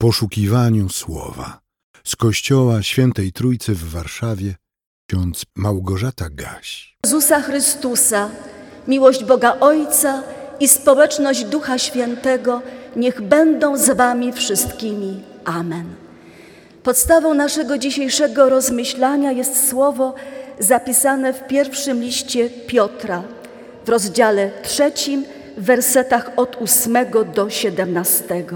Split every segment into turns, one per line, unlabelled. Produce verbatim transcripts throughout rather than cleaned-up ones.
poszukiwaniu słowa. Z Kościoła Świętej Trójcy w Warszawie ksiądz Małgorzata Gaś.
Jezusa Chrystusa, miłość Boga Ojca i społeczność Ducha Świętego niech będą z wami wszystkimi. Amen. Podstawą naszego dzisiejszego rozmyślania jest słowo zapisane w pierwszym liście Piotra, w rozdziale trzecim, w wersetach od ósmego do siedemnastego.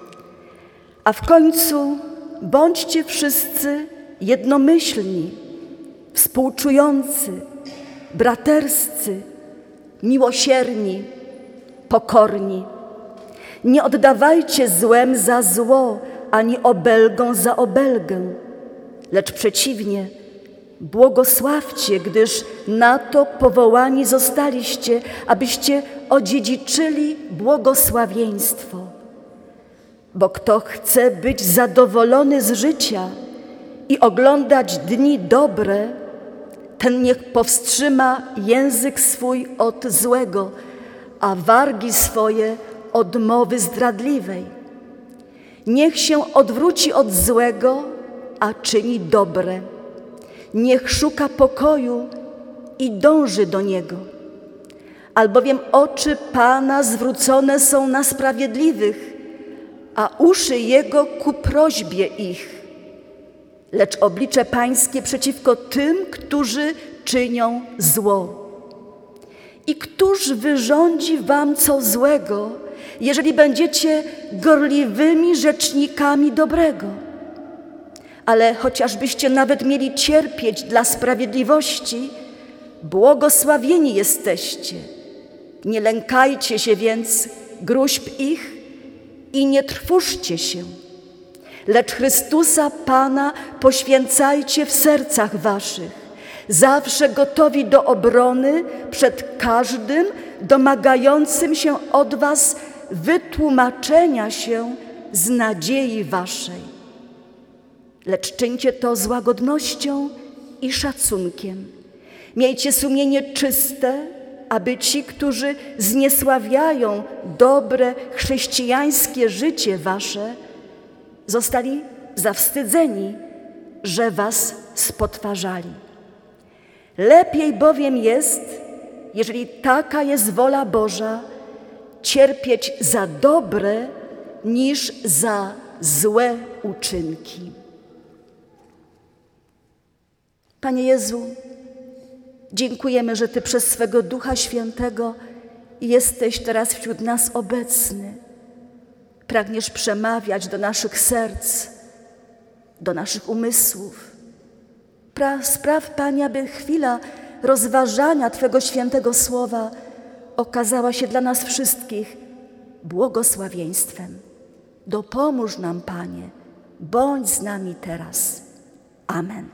A w końcu bądźcie wszyscy jednomyślni, współczujący, braterscy, miłosierni, pokorni. Nie oddawajcie złem za zło, ani obelgą za obelgę, lecz przeciwnie, błogosławcie, gdyż na to powołani zostaliście, abyście odziedziczyli błogosławieństwo. Bo kto chce być zadowolony z życia i oglądać dni dobre, ten niech powstrzyma język swój od złego, a wargi swoje od mowy zdradliwej. Niech się odwróci od złego, a czyni dobre. Niech szuka pokoju i dąży do niego. Albowiem oczy Pana zwrócone są na sprawiedliwych, a uszy Jego ku prośbie ich. Lecz oblicze Pańskie przeciwko tym, którzy czynią zło. I któż wyrządzi wam co złego, jeżeli będziecie gorliwymi rzecznikami dobrego? Ale chociażbyście nawet mieli cierpieć dla sprawiedliwości, błogosławieni jesteście. Nie lękajcie się więc gróźb ich i nie trwóżcie się. Lecz Chrystusa Pana poświęcajcie w sercach waszych, zawsze gotowi do obrony przed każdym domagającym się od was wytłumaczenia się z nadziei waszej. Lecz czyńcie to z łagodnością i szacunkiem. Miejcie sumienie czyste, aby ci, którzy zniesławiają dobre chrześcijańskie życie wasze, zostali zawstydzeni, że was spotwarzali. Lepiej bowiem jest, jeżeli taka jest wola Boża, cierpieć za dobre niż za złe uczynki. Panie Jezu, dziękujemy, że Ty przez swego Ducha Świętego jesteś teraz wśród nas obecny. Pragniesz przemawiać do naszych serc, do naszych umysłów. Pra- Spraw, Panie, aby chwila rozważania Twego świętego słowa okazała się dla nas wszystkich błogosławieństwem. Dopomóż nam, Panie, bądź z nami teraz. Amen.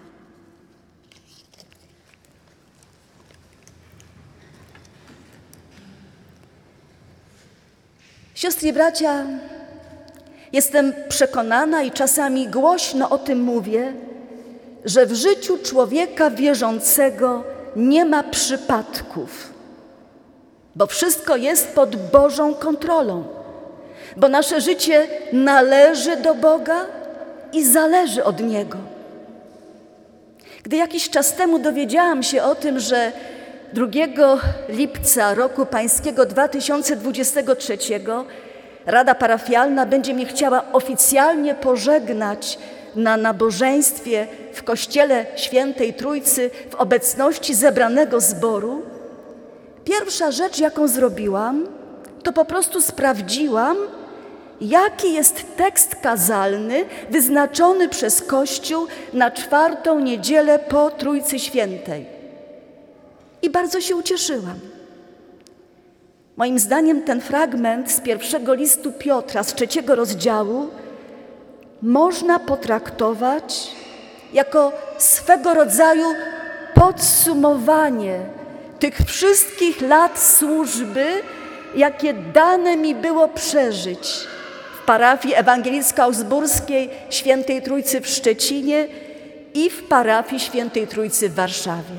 Siostry i bracia, jestem przekonana i czasami głośno o tym mówię, że w życiu człowieka wierzącego nie ma przypadków, bo wszystko jest pod Bożą kontrolą, bo nasze życie należy do Boga i zależy od Niego. Gdy jakiś czas temu dowiedziałam się o tym, że drugiego lipca roku pańskiego dwa tysiące dwudziestego trzeciego Rada Parafialna będzie mnie chciała oficjalnie pożegnać na nabożeństwie w Kościele Świętej Trójcy w obecności zebranego zboru, pierwsza rzecz, jaką zrobiłam, to po prostu sprawdziłam, jaki jest tekst kazalny wyznaczony przez Kościół na czwartą niedzielę po Trójcy Świętej. I bardzo się ucieszyłam. Moim zdaniem ten fragment z pierwszego listu Piotra, z trzeciego rozdziału, można potraktować jako swego rodzaju podsumowanie tych wszystkich lat służby, jakie dane mi było przeżyć w parafii ewangelicko-augsburskiej Świętej Trójcy w Szczecinie i w parafii Świętej Trójcy w Warszawie.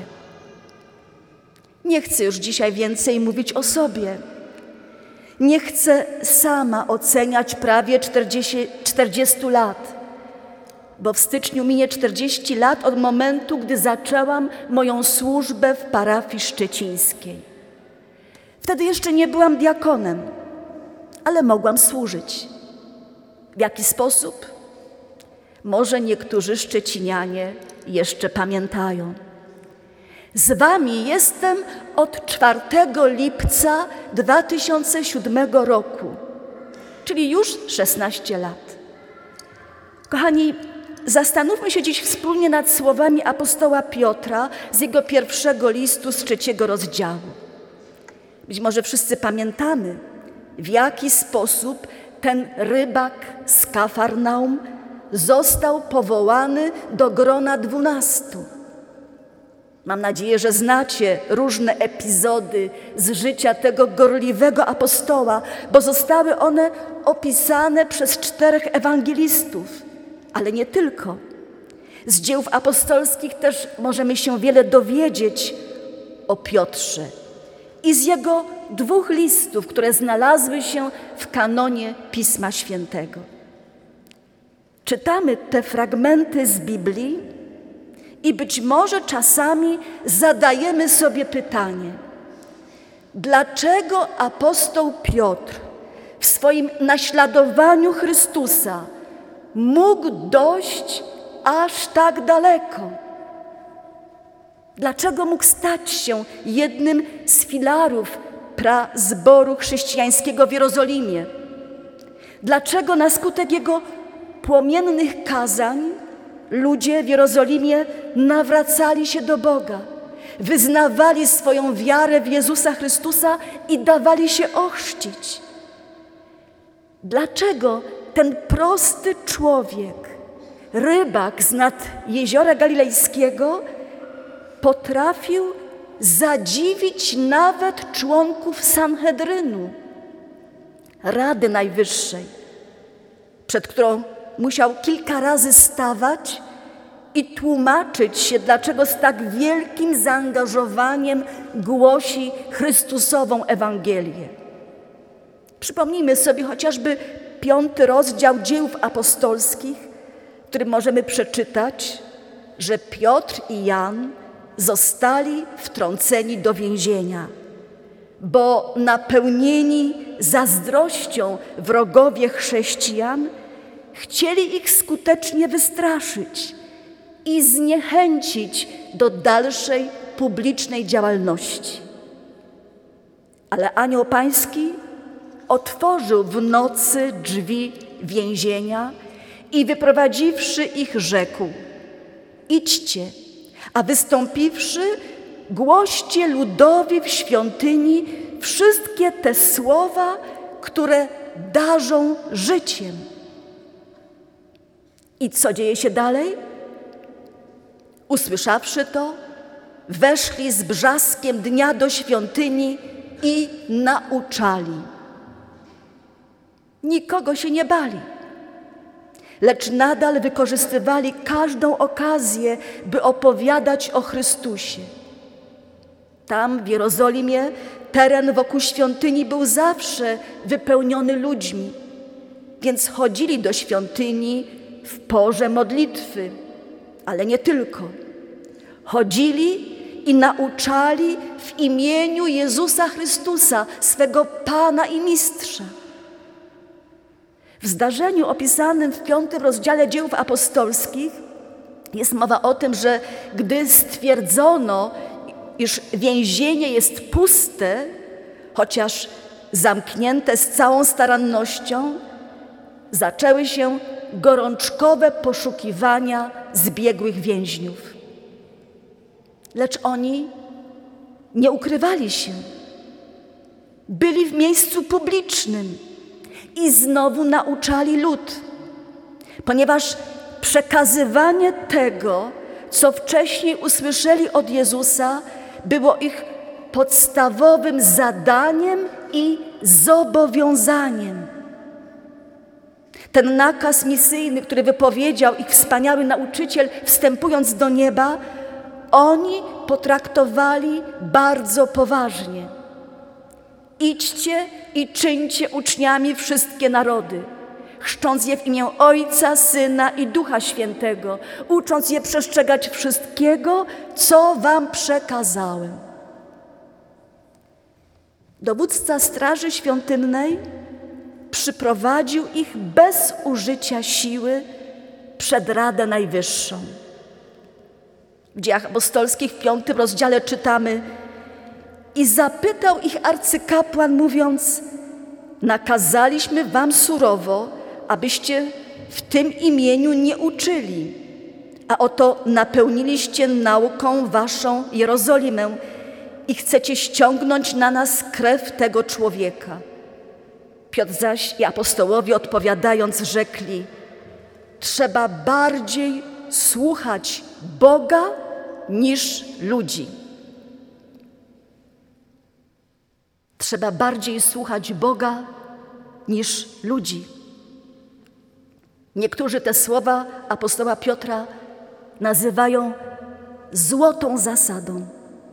Nie chcę już dzisiaj więcej mówić o sobie. Nie chcę sama oceniać prawie czterdziestu lat, bo w styczniu minie czterdzieści lat od momentu, gdy zaczęłam moją służbę w parafii szczecińskiej. Wtedy jeszcze nie byłam diakonem, ale mogłam służyć. W jaki sposób? Może niektórzy szczecinianie jeszcze pamiętają. Z wami jestem od czwartego lipca dwa tysiące siódmego roku, czyli już szesnaście lat. Kochani, zastanówmy się dziś wspólnie nad słowami apostoła Piotra z jego pierwszego listu z trzeciego rozdziału. Być może wszyscy pamiętamy, w jaki sposób ten rybak z Kafarnaum został powołany do grona dwunastu. Mam nadzieję, że znacie różne epizody z życia tego gorliwego apostoła, bo zostały one opisane przez czterech ewangelistów, ale nie tylko. Z dzieł apostolskich też możemy się wiele dowiedzieć o Piotrze i z jego dwóch listów, które znalazły się w kanonie Pisma Świętego. Czytamy te fragmenty z Biblii i być może czasami zadajemy sobie pytanie, dlaczego apostoł Piotr w swoim naśladowaniu Chrystusa mógł dojść aż tak daleko? Dlaczego mógł stać się jednym z filarów prazboru chrześcijańskiego w Jerozolimie? Dlaczego na skutek jego płomiennych kazań ludzie w Jerozolimie nawracali się do Boga, wyznawali swoją wiarę w Jezusa Chrystusa i dawali się ochrzcić? Dlaczego ten prosty człowiek, rybak z nad Jeziora Galilejskiego, potrafił zadziwić nawet członków Sanhedrynu, Rady Najwyższej, przed którą musiał kilka razy stawać i tłumaczyć się, dlaczego z tak wielkim zaangażowaniem głosi Chrystusową Ewangelię? Przypomnijmy sobie chociażby piąty rozdział Dziejów Apostolskich, w którym możemy przeczytać, że Piotr i Jan zostali wtrąceni do więzienia, bo napełnieni zazdrością wrogowie chrześcijan chcieli ich skutecznie wystraszyć i zniechęcić do dalszej publicznej działalności. Ale anioł pański otworzył w nocy drzwi więzienia i wyprowadziwszy ich, rzekł: idźcie, a wystąpiwszy, głoście ludowi w świątyni wszystkie te słowa, które darzą życiem. I co dzieje się dalej? Usłyszawszy to, weszli z brzaskiem dnia do świątyni i nauczali. Nikogo się nie bali, lecz nadal wykorzystywali każdą okazję, by opowiadać o Chrystusie. Tam w Jerozolimie teren wokół świątyni był zawsze wypełniony ludźmi, więc chodzili do świątyni w porze modlitwy, ale nie tylko. Chodzili i nauczali w imieniu Jezusa Chrystusa, swego Pana i Mistrza. W zdarzeniu opisanym w piątym rozdziale Dziejów Apostolskich jest mowa o tym, że gdy stwierdzono, iż więzienie jest puste, chociaż zamknięte z całą starannością, zaczęły się gorączkowe poszukiwania zbiegłych więźniów. Lecz oni nie ukrywali się. Byli w miejscu publicznym i znowu nauczali lud, ponieważ przekazywanie tego, co wcześniej usłyszeli od Jezusa, było ich podstawowym zadaniem i zobowiązaniem. Ten nakaz misyjny, który wypowiedział ich wspaniały nauczyciel, wstępując do nieba, oni potraktowali bardzo poważnie. Idźcie i czyńcie uczniami wszystkie narody, chrzcząc je w imię Ojca, Syna i Ducha Świętego, ucząc je przestrzegać wszystkiego, co wam przekazałem. Dowódca Straży Świątynnej przyprowadził ich bez użycia siły przed Radę Najwyższą. W Dziejach Apostolskich w piątym rozdziale czytamy: i zapytał ich arcykapłan, mówiąc: nakazaliśmy wam surowo, abyście w tym imieniu nie uczyli, a oto napełniliście nauką waszą Jerozolimę i chcecie ściągnąć na nas krew tego człowieka. Piotr zaś i apostołowie odpowiadając rzekli: trzeba bardziej słuchać Boga niż ludzi. Trzeba bardziej słuchać Boga niż ludzi. Niektórzy te słowa apostoła Piotra nazywają złotą zasadą.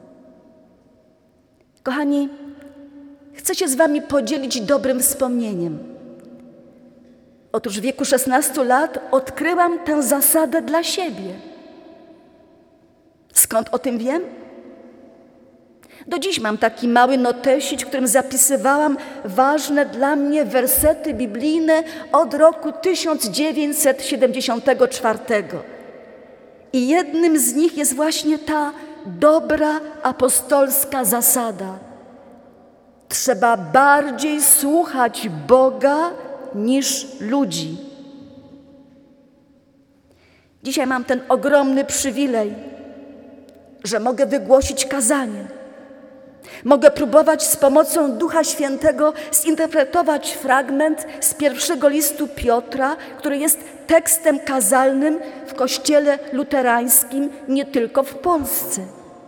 Kochani, chcę się z wami podzielić dobrym wspomnieniem. Otóż w wieku szesnastu lat odkryłam tę zasadę dla siebie. Skąd o tym wiem? Do dziś mam taki mały notesik, w którym zapisywałam ważne dla mnie wersety biblijne od roku tysiąc dziewięćset siedemdziesiątego czwartego. I jednym z nich jest właśnie ta dobra apostolska zasada. Trzeba bardziej słuchać Boga niż ludzi. Dzisiaj mam ten ogromny przywilej, że mogę wygłosić kazanie. Mogę próbować z pomocą Ducha Świętego zinterpretować fragment z pierwszego listu Piotra, który jest tekstem kazalnym w Kościele luterańskim nie tylko w Polsce.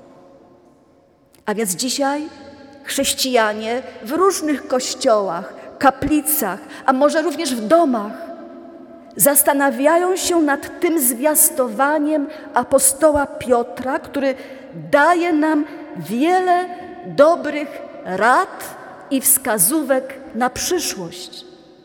A więc dzisiaj chrześcijanie w różnych kościołach, kaplicach, a może również w domach zastanawiają się nad tym zwiastowaniem apostoła Piotra, który daje nam wiele dobrych rad i wskazówek na przyszłość.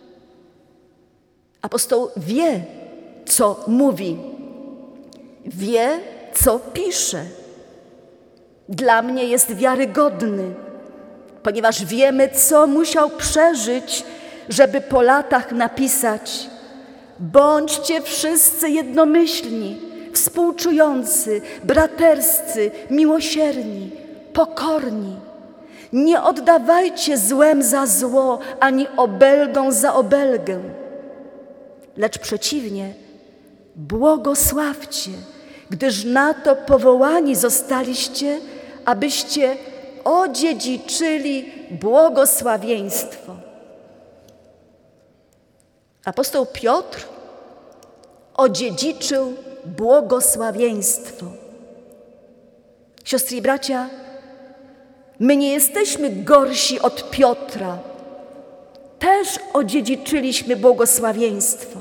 Apostoł wie, co mówi, wie, co pisze. Dla mnie jest wiarygodny, ponieważ wiemy, co musiał przeżyć, żeby po latach napisać: bądźcie wszyscy jednomyślni, współczujący, braterscy, miłosierni, pokorni. Nie oddawajcie złem za zło, ani obelgą za obelgę, lecz przeciwnie, błogosławcie, gdyż na to powołani zostaliście, abyście odziedziczyli błogosławieństwo. Apostoł Piotr odziedziczył błogosławieństwo. Siostry i bracia, my nie jesteśmy gorsi od Piotra. Też odziedziczyliśmy błogosławieństwo.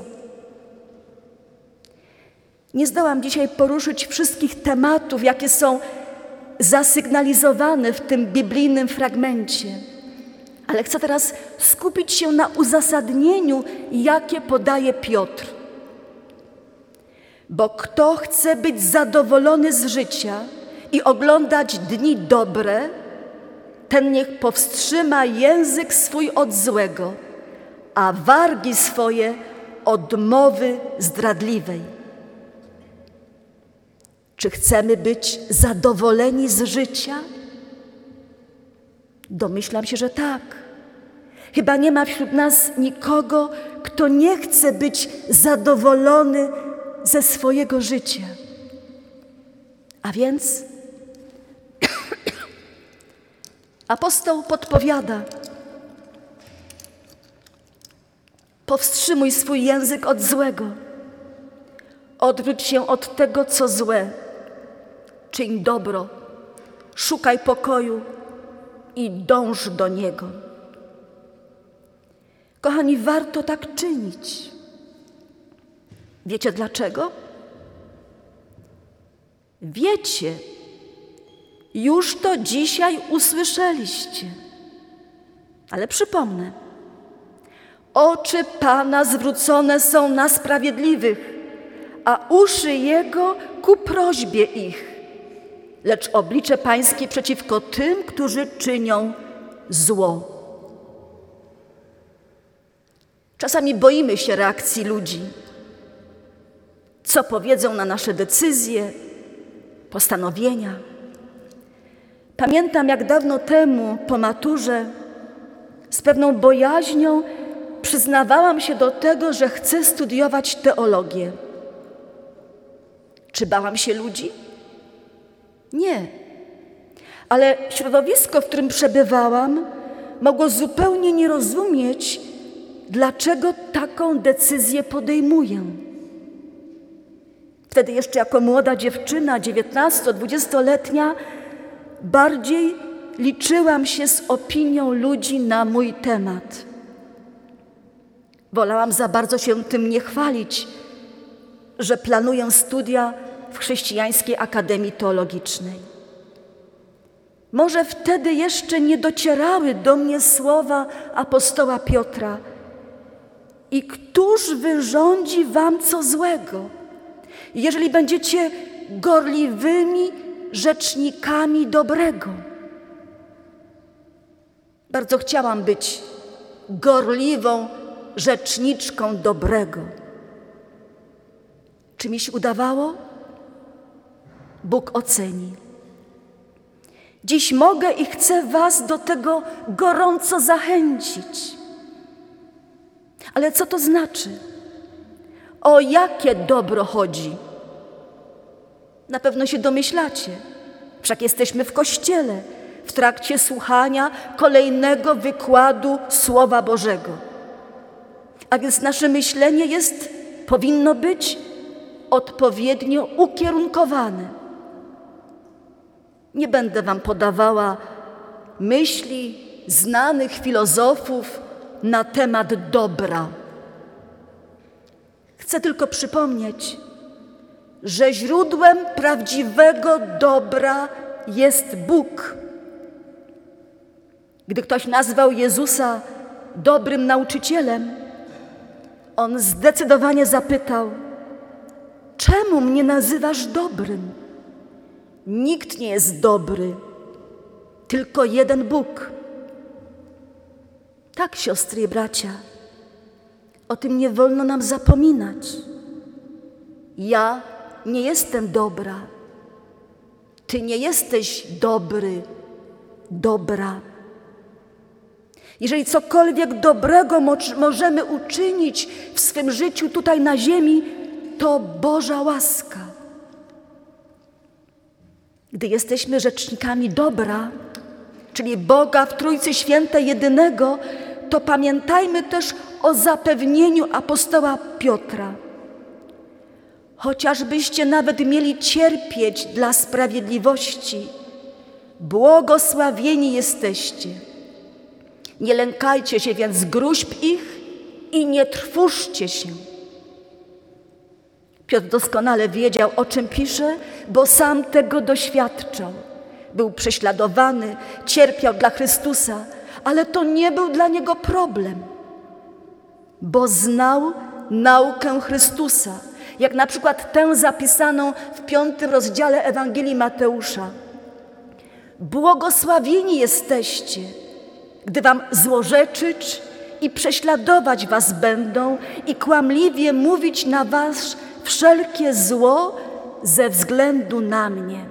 Nie zdołam dzisiaj poruszyć wszystkich tematów, jakie są zasygnalizowane w tym biblijnym fragmencie, ale chcę teraz skupić się na uzasadnieniu, jakie podaje Piotr. Bo kto chce być zadowolony z życia i oglądać dni dobre, ten niech powstrzyma język swój od złego, a wargi swoje od mowy zdradliwej. Czy chcemy być zadowoleni z życia? Domyślam się, że tak. Chyba nie ma wśród nas nikogo, kto nie chce być zadowolony ze swojego życia. A więc apostoł podpowiada: powstrzymuj swój język od złego, odwróć się od tego, co złe, czyń dobro, szukaj pokoju i dąż do niego. Kochani, warto tak czynić. Wiecie dlaczego? Wiecie, już to dzisiaj usłyszeliście. Ale przypomnę, Oczy Pana zwrócone są na sprawiedliwych, a uszy Jego ku prośbie ich. Lecz oblicze Pańskie przeciwko tym, którzy czynią zło. Czasami boimy się reakcji ludzi. Co powiedzą na nasze decyzje, postanowienia. Pamiętam, jak dawno temu po maturze z pewną bojaźnią przyznawałam się do tego, że chcę studiować teologię. Czy bałam się ludzi? Nie. Ale środowisko, w którym przebywałam, mogło zupełnie nie rozumieć, dlaczego taką decyzję podejmuję. Wtedy jeszcze jako młoda dziewczyna, dziewiętnasto-dwudziestoletnia, bardziej liczyłam się z opinią ludzi na mój temat. Wolałam za bardzo się tym nie chwalić, że planuję studia w Chrześcijańskiej Akademii Teologicznej. Może wtedy jeszcze nie docierały do mnie słowa apostoła Piotra: i któż wyrządzi wam co złego, jeżeli będziecie gorliwymi rzecznikami dobrego? Bardzo chciałam być gorliwą rzeczniczką dobrego. Czy mi się udawało? Bóg oceni. Dziś mogę i chcę was do tego gorąco zachęcić. Ale co to znaczy? O jakie dobro chodzi? Na pewno się domyślacie. Wszak jesteśmy w kościele, w trakcie słuchania kolejnego wykładu Słowa Bożego. A więc nasze myślenie jest, powinno być odpowiednio ukierunkowane. Nie będę wam podawała myśli znanych filozofów na temat dobra. Chcę tylko przypomnieć, że źródłem prawdziwego dobra jest Bóg. Gdy ktoś nazwał Jezusa dobrym nauczycielem, on zdecydowanie zapytał: czemu mnie nazywasz dobrym? Nikt nie jest dobry, tylko jeden Bóg. Tak, siostry i bracia, o tym nie wolno nam zapominać. Ja nie jestem dobra. Ty nie jesteś dobry, dobra. Jeżeli cokolwiek dobrego mo- możemy uczynić w swym życiu tutaj na ziemi, to Boża łaska. Gdy jesteśmy rzecznikami dobra, czyli Boga w Trójcy Świętej jedynego, to pamiętajmy też o zapewnieniu apostoła Piotra. Chociażbyście nawet mieli cierpieć dla sprawiedliwości, błogosławieni jesteście. Nie lękajcie się więc gróźb ich i nie trwóżcie się. Piotr doskonale wiedział, o czym pisze, bo sam tego doświadczał. Był prześladowany, cierpiał dla Chrystusa, ale to nie był dla niego problem, bo znał naukę Chrystusa, jak na przykład tę zapisaną w piątym rozdziale Ewangelii Mateusza. Błogosławieni jesteście, gdy wam złorzeczyć i prześladować was będą i kłamliwie mówić na was wszelkie zło ze względu na mnie.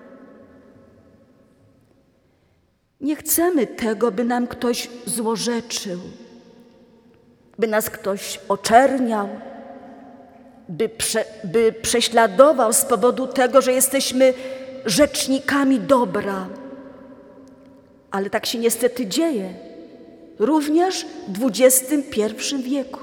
Nie chcemy tego, by nam ktoś złorzeczył, by nas ktoś oczerniał, by, prze, by prześladował z powodu tego, że jesteśmy rzecznikami dobra. Ale tak się niestety dzieje, również w dwudziestym pierwszym wieku.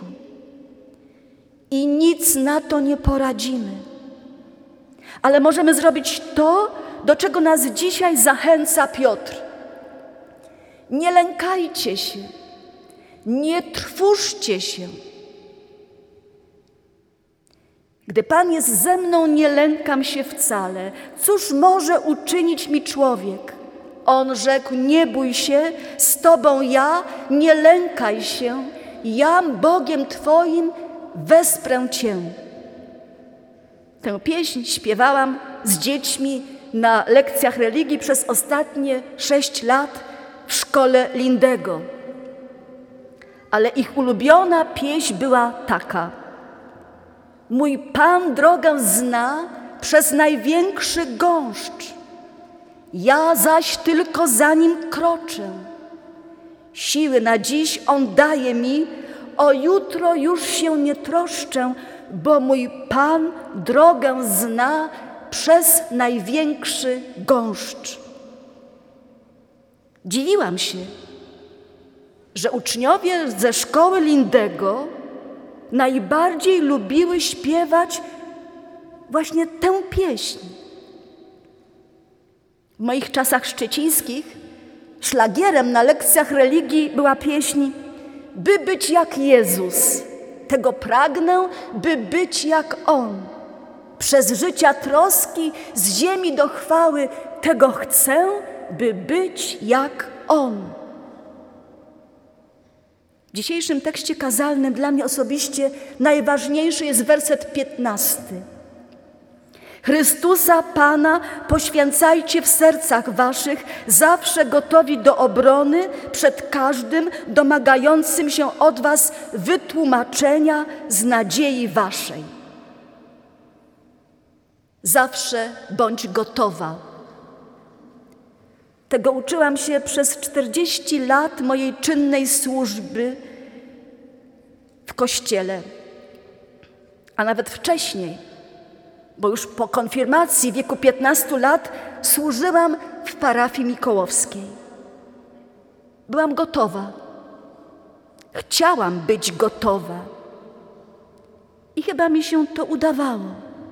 I nic na to nie poradzimy. Ale możemy zrobić to, do czego nas dzisiaj zachęca Piotr. Nie lękajcie się, nie trwóżcie się. Gdy Pan jest ze mną, nie lękam się wcale. Cóż może uczynić mi człowiek? On rzekł: nie bój się, z Tobą ja, nie lękaj się, jam Bogiem Twoim, wesprę Cię. Tę pieśń śpiewałam z dziećmi na lekcjach religii przez ostatnie sześć lat w szkole Lindego. Ale ich ulubiona pieśń była taka: mój Pan drogę zna przez największy gąszcz, ja zaś tylko za Nim kroczę. Siły na dziś On daje mi, o jutro już się nie troszczę, bo mój Pan drogę zna przez największy gąszcz. Dziwiłam się, że uczniowie ze szkoły Lindego najbardziej lubiły śpiewać właśnie tę pieśń. W moich czasach szczecińskich szlagierem na lekcjach religii była pieśń by być jak Jezus. Tego pragnę, by być jak On. Przez życia troski z ziemi do chwały tego chcę, by być jak On. W dzisiejszym tekście kazalnym dla mnie osobiście najważniejszy jest werset piętnasty. Chrystusa Pana poświęcajcie w sercach waszych, zawsze gotowi do obrony przed każdym domagającym się od was wytłumaczenia z nadziei waszej. Zawsze bądź gotowa. Tego uczyłam się przez czterdzieści lat mojej czynnej służby w Kościele, a nawet wcześniej, bo już po konfirmacji w wieku piętnastu lat służyłam w parafii mikołowskiej. Byłam gotowa. Chciałam być gotowa. I chyba mi się to udawało.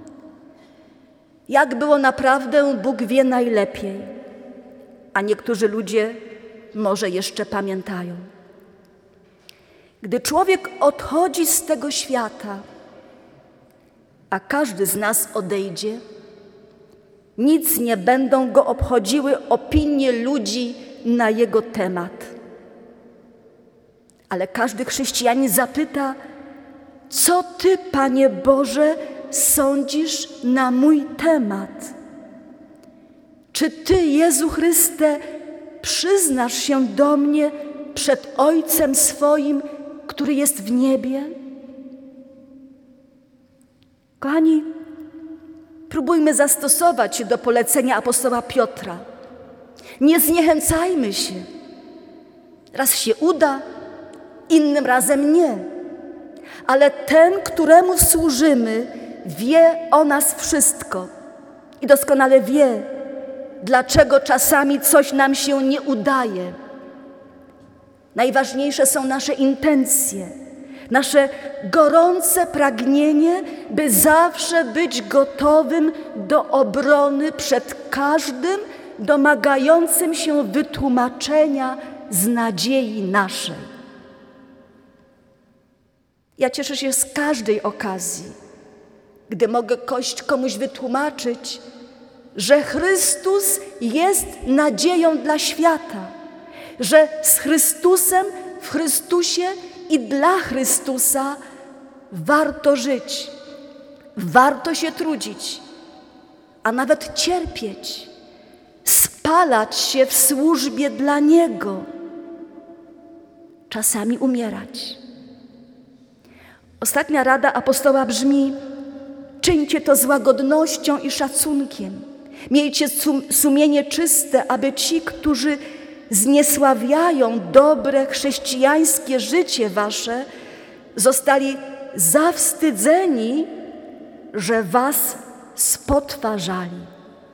Jak było naprawdę, Bóg wie najlepiej, a niektórzy ludzie może jeszcze pamiętają. Gdy człowiek odchodzi z tego świata, a każdy z nas odejdzie, nic nie będą go obchodziły opinie ludzi na jego temat. Ale każdy chrześcijanin zapyta, co Ty, Panie Boże, sądzisz na mój temat? Czy Ty, Jezu Chryste, przyznasz się do mnie przed Ojcem swoim, który jest w niebie? Kochani, próbujmy zastosować się do polecenia apostoła Piotra. Nie zniechęcajmy się. Raz się uda, innym razem nie. Ale ten, któremu służymy, wie o nas wszystko i doskonale wie, dlaczego czasami coś nam się nie udaje. Najważniejsze są nasze intencje, nasze gorące pragnienie, by zawsze być gotowym do obrony przed każdym domagającym się wytłumaczenia z nadziei naszej. Ja cieszę się z każdej okazji, gdy mogę komuś wytłumaczyć, że Chrystus jest nadzieją dla świata, że z Chrystusem, w Chrystusie i dla Chrystusa warto żyć, warto się trudzić, a nawet cierpieć, spalać się w służbie dla Niego, czasami umierać. Ostatnia rada apostoła brzmi: czyńcie to z łagodnością i szacunkiem. Miejcie sumienie czyste, aby ci, którzy zniesławiają dobre chrześcijańskie życie wasze, zostali zawstydzeni, że was spotwarzali.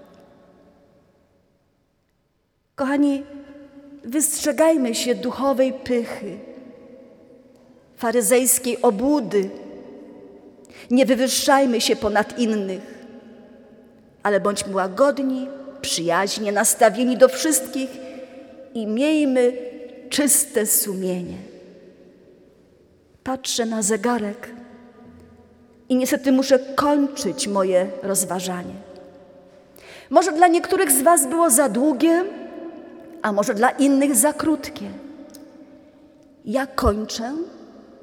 Kochani, wystrzegajmy się duchowej pychy, faryzejskiej obłudy. Nie wywyższajmy się ponad innych, ale bądźmy łagodni, przyjaźnie nastawieni do wszystkich i miejmy czyste sumienie. Patrzę na zegarek i niestety muszę kończyć moje rozważanie. Może dla niektórych z was było za długie, a może dla innych za krótkie. Ja kończę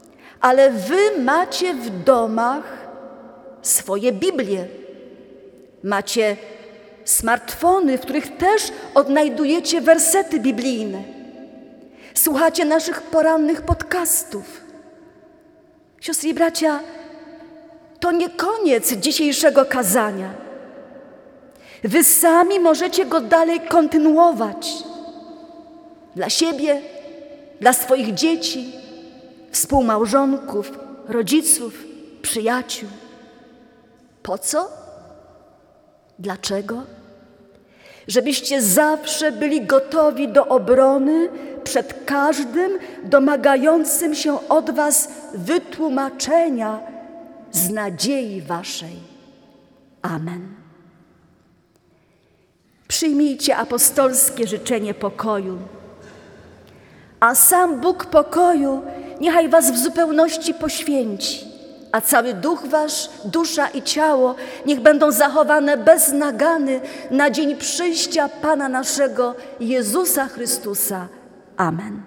ale wy macie w domach swoje Biblie. Macie smartfony, w których też odnajdujecie wersety biblijne. Słuchacie naszych porannych podcastów. Siostry i bracia, to nie koniec dzisiejszego kazania. Wy sami możecie go dalej kontynuować. Dla siebie, dla swoich dzieci, współmałżonków, rodziców, przyjaciół. Po co? Dlaczego? Żebyście zawsze byli gotowi do obrony przed każdym domagającym się od was wytłumaczenia z nadziei waszej. Amen. Przyjmijcie apostolskie życzenie pokoju, a sam Bóg pokoju niechaj was w zupełności poświęci, a cały duch wasz, dusza i ciało niech będą zachowane bez nagany na dzień przyjścia Pana naszego Jezusa Chrystusa. Amen.